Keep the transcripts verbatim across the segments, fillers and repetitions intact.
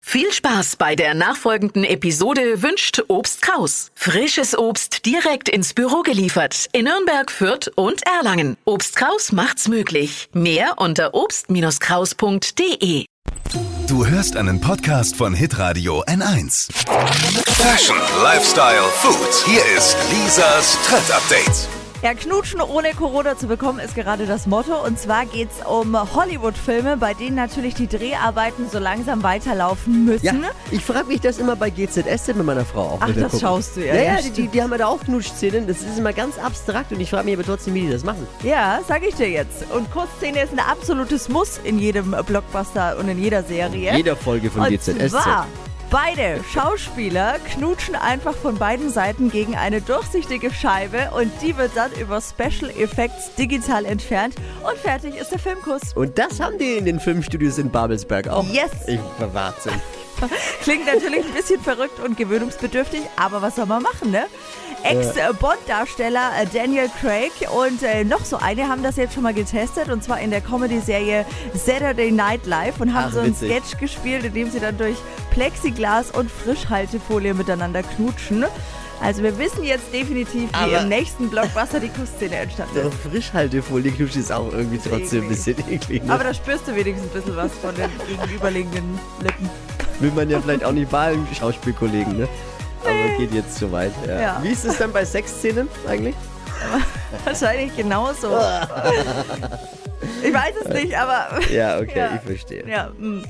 Viel Spaß bei der nachfolgenden Episode wünscht Obst Kraus. Frisches Obst direkt ins Büro geliefert in Nürnberg, Fürth und Erlangen. Obst Kraus macht's möglich. Mehr unter obst Kraus punkt de. Du hörst einen Podcast von Hitradio N eins. Fashion, Lifestyle, Food. Hier ist Lisas Trend Update. Ja, Knutschen ohne Corona zu bekommen ist gerade das Motto. Und zwar geht's um Hollywood-Filme, bei denen natürlich die Dreharbeiten so langsam weiterlaufen müssen. Ja, ich frage mich das immer bei G Z S mit meiner Frau auch. Ach, das gucken. schaust du ja. Ja, ja, ja, die, die, die haben ja da auch Knutschszenen. Das ist immer ganz abstrakt und ich frage mich aber trotzdem, wie die das machen. Ja, sag ich dir jetzt. Und Kussszene ist ein absolutes Muss in jedem Blockbuster und in jeder Serie. In jeder Folge von und G Z S. Zwar beide Schauspieler knutschen einfach von beiden Seiten gegen eine durchsichtige Scheibe und die wird dann über Special Effects digital entfernt und fertig ist der Filmkuss. Und das haben die in den Filmstudios in Babelsberg auch. Yes! Ich war Wahnsinn. Klingt natürlich ein bisschen verrückt und gewöhnungsbedürftig, aber was soll man machen, ne? Ex-Bond-Darsteller Daniel Craig und äh, noch so eine haben das jetzt schon mal getestet und zwar in der Comedy-Serie Saturday Night Live und haben Ach, so einen witzig. Sketch gespielt, in dem sie dann durch Plexiglas und Frischhaltefolie miteinander knutschen. Also wir wissen jetzt definitiv, wie Aber im nächsten Blockbuster die Kussszene entstanden So ist. Frischhaltefolie knutschen ist auch irgendwie trotzdem ein bisschen eklig. Ne? Aber da spürst du wenigstens ein bisschen was von den gegenüberliegenden Lippen. Will man ja vielleicht auch nicht wahren Schauspielkollegen, ne? Aber geht jetzt zu weit. Ja. Ja. Wie ist es dann bei Sexszenen eigentlich? Wahrscheinlich genauso. Ich weiß es nicht, aber... Ja, okay, Ja. ich verstehe. Ja, mh.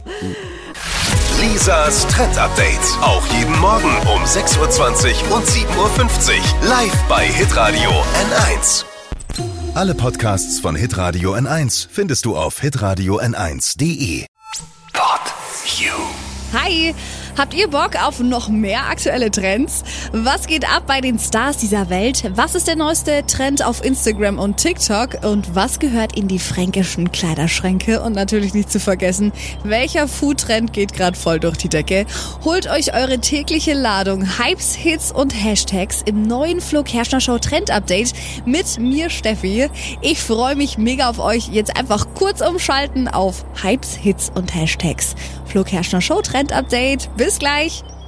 Lisas Trend Update. Auch jeden Morgen um sechs Uhr zwanzig und sieben Uhr fünfzig. Live bei Hitradio N eins. Alle Podcasts von Hitradio N eins findest du auf hitradio n eins punkt de. Pod You. Hi, habt ihr Bock auf noch mehr aktuelle Trends? Was geht ab bei den Stars dieser Welt? Was ist der neueste Trend auf Instagram und TikTok? Und was gehört in die fränkischen Kleiderschränke? Und natürlich nicht zu vergessen, welcher Foodtrend geht gerade voll durch die Decke? Holt euch eure tägliche Ladung Hypes, Hits und Hashtags im neuen Flo Kerschner Show Trend Update mit mir, Steffi. Ich freue mich mega auf euch. Jetzt einfach kurz umschalten auf Hypes, Hits und Hashtags. Flo Kerschner Show Trend Update. Bis gleich.